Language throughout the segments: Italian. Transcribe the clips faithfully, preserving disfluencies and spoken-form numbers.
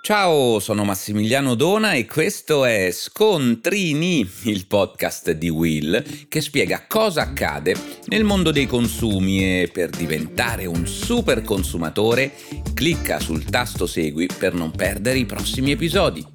Ciao, sono Massimiliano Dona e questo è Scontrini, il podcast di Will che spiega cosa accade nel mondo dei consumi e per diventare un super consumatore clicca sul tasto segui per non perdere i prossimi episodi.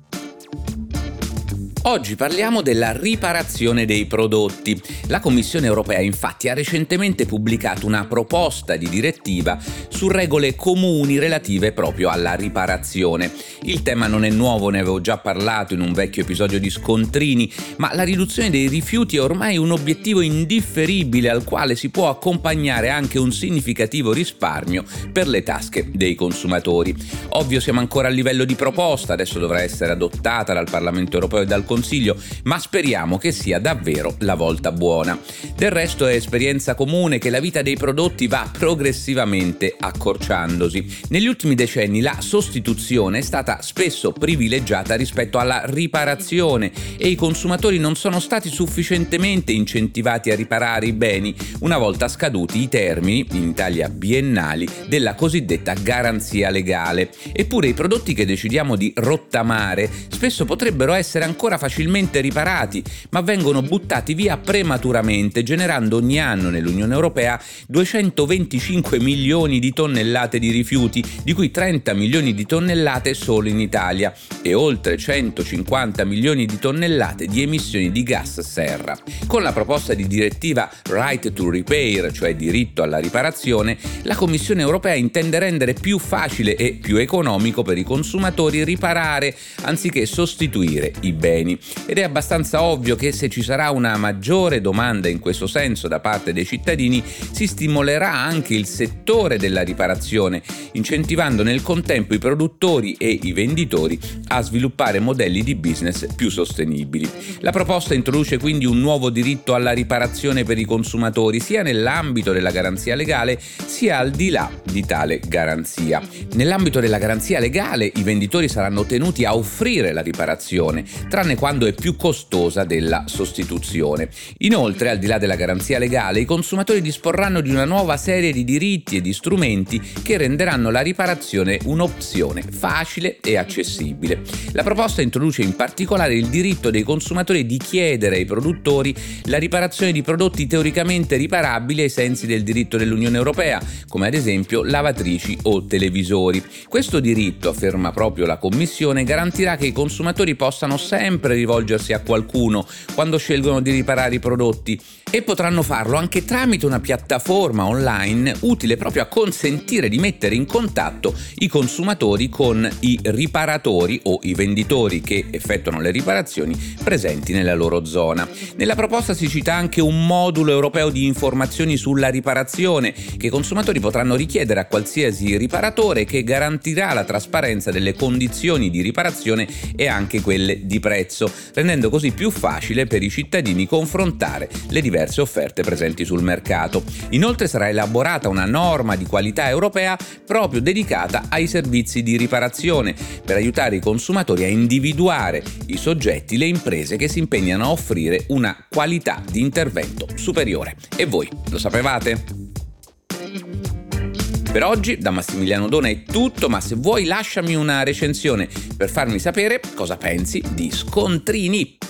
Oggi parliamo della riparazione dei prodotti. La Commissione europea infatti ha recentemente pubblicato una proposta di direttiva su regole comuni relative proprio alla riparazione. Il tema non è nuovo, ne avevo già parlato in un vecchio episodio di Scontrini, ma la riduzione dei rifiuti è ormai un obiettivo indifferibile al quale si può accompagnare anche un significativo risparmio per le tasche dei consumatori. Ovvio siamo ancora a livello di proposta, adesso dovrà essere adottata dal Parlamento europeo e dal Consiglio, ma speriamo che sia davvero la volta buona. Del resto è esperienza comune che la vita dei prodotti va progressivamente accorciandosi. Negli ultimi decenni la sostituzione è stata spesso privilegiata rispetto alla riparazione e i consumatori non sono stati sufficientemente incentivati a riparare i beni una volta scaduti i termini, in Italia biennali, della cosiddetta garanzia legale. Eppure i prodotti che decidiamo di rottamare spesso potrebbero essere ancora facilmente riparati, ma vengono buttati via prematuramente, generando ogni anno nell'Unione Europea duecentoventicinque milioni di tonnellate di rifiuti, di cui trenta milioni di tonnellate solo in Italia e oltre centocinquanta milioni di tonnellate di emissioni di gas serra. Con la proposta di direttiva Right to Repair, cioè diritto alla riparazione, la Commissione Europea intende rendere più facile e più economico per i consumatori riparare anziché sostituire i beni. Ed è abbastanza ovvio che se ci sarà una maggiore domanda in questo senso da parte dei cittadini, si stimolerà anche il settore della riparazione, incentivando nel contempo i produttori e i venditori a sviluppare modelli di business più sostenibili. La proposta introduce quindi un nuovo diritto alla riparazione per i consumatori, sia nell'ambito della garanzia legale, sia al di là di tale garanzia. Nell'ambito della garanzia legale, i venditori saranno tenuti a offrire la riparazione, tranne quando è più costosa della sostituzione. Inoltre, al di là della garanzia legale, i consumatori disporranno di una nuova serie di diritti e di strumenti che renderanno la riparazione un'opzione facile e accessibile. La proposta introduce in particolare il diritto dei consumatori di chiedere ai produttori la riparazione di prodotti teoricamente riparabili ai sensi del diritto dell'Unione Europea, come ad esempio lavatrici o televisori. Questo diritto, afferma proprio la Commissione, garantirà che i consumatori possano sempre rivolgersi a qualcuno quando scelgono di riparare i prodotti e potranno farlo anche tramite una piattaforma online utile proprio a consentire di mettere in contatto i consumatori con i riparatori o i venditori che effettuano le riparazioni presenti nella loro zona. Nella proposta si cita anche un modulo europeo di informazioni sulla riparazione che i consumatori potranno richiedere a qualsiasi riparatore, che garantirà la trasparenza delle condizioni di riparazione e anche quelle di prezzo, rendendo così più facile per i cittadini confrontare le diverse offerte presenti sul mercato. Inoltre sarà elaborata una norma di qualità europea proprio dedicata ai servizi di riparazione, per aiutare i consumatori a individuare i soggetti, le imprese che si impegnano a offrire una qualità di intervento superiore. E voi lo sapevate? Per oggi da Massimiliano Dona è tutto, ma se vuoi lasciami una recensione per farmi sapere cosa pensi di Scontrini.